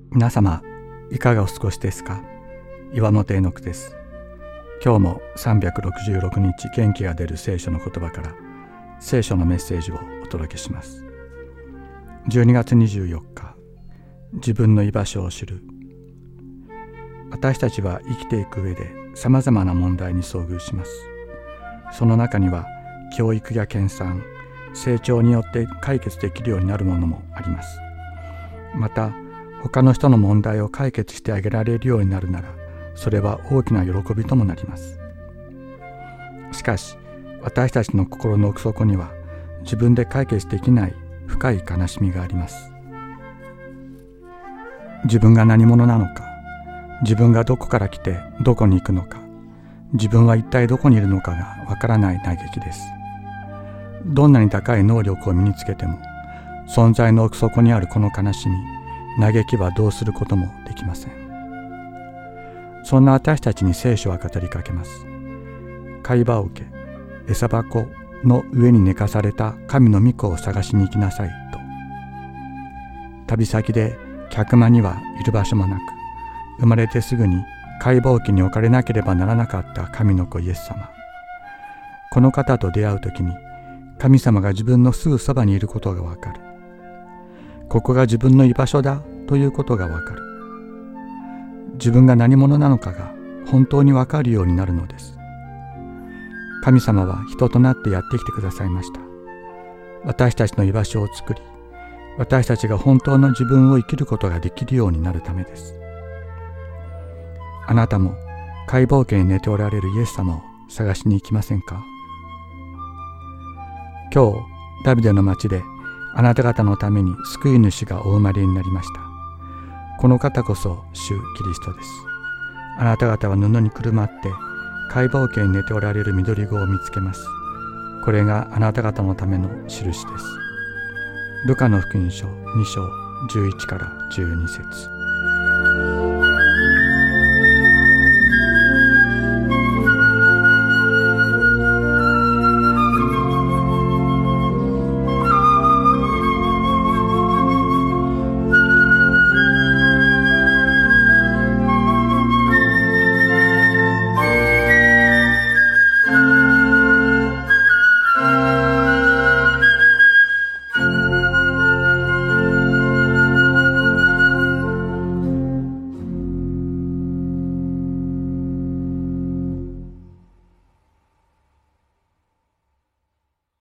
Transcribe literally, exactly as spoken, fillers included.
皆様いかがお過ごしですか。岩本絵の句です。今日もさんびゃくろくじゅうろくにち元気が出る聖書の言葉から聖書のメッセージをお届けします。じゅうにがつにじゅうよっか、自分の居場所を知る。私たちは生きていく上でさまざまな問題に遭遇します。その中には教育や研鑽、成長によって解決できるようになるものもあります。また他の人の問題を解決してあげられるようになるなら、それは大きな喜びともなります。しかし私たちの心の奥底には自分で解決できない深い悲しみがあります。自分が何者なのか、自分がどこから来てどこに行くのか、自分は一体どこにいるのかがわからない嘆きです。どんなに高い能力を身につけても、存在の奥底にあるこの悲しみ、嘆きはどうすることもできません。そんな私たちに聖書は語りかけます。貝羽桶、餌箱の上に寝かされた神の御子を探しに行きなさいと。旅先で客間にはいる場所もなく、生まれてすぐに貝羽桶に置かれなければならなかった神の子イエス様。この方と出会うときに、神様が自分のすぐそばにいることがわかる。ここが自分の居場所だということがわかる。自分が何者なのかが本当にわかるようになるのです。神様は人となってやってきてくださいました。私たちの居場所を作り、私たちが本当の自分を生きることができるようになるためです。あなたも貝羽桶に寝ておられるイエス様を探しに行きませんか。今日ダビデの町であなた方のために救い主がお生まれになりました。この方こそ主キリストです。あなた方は布にくるまって貝羽桶に寝ておられる緑子を見つけます。これがあなた方のための印です。ルカの福音書にしょうじゅういちからじゅうにせつ。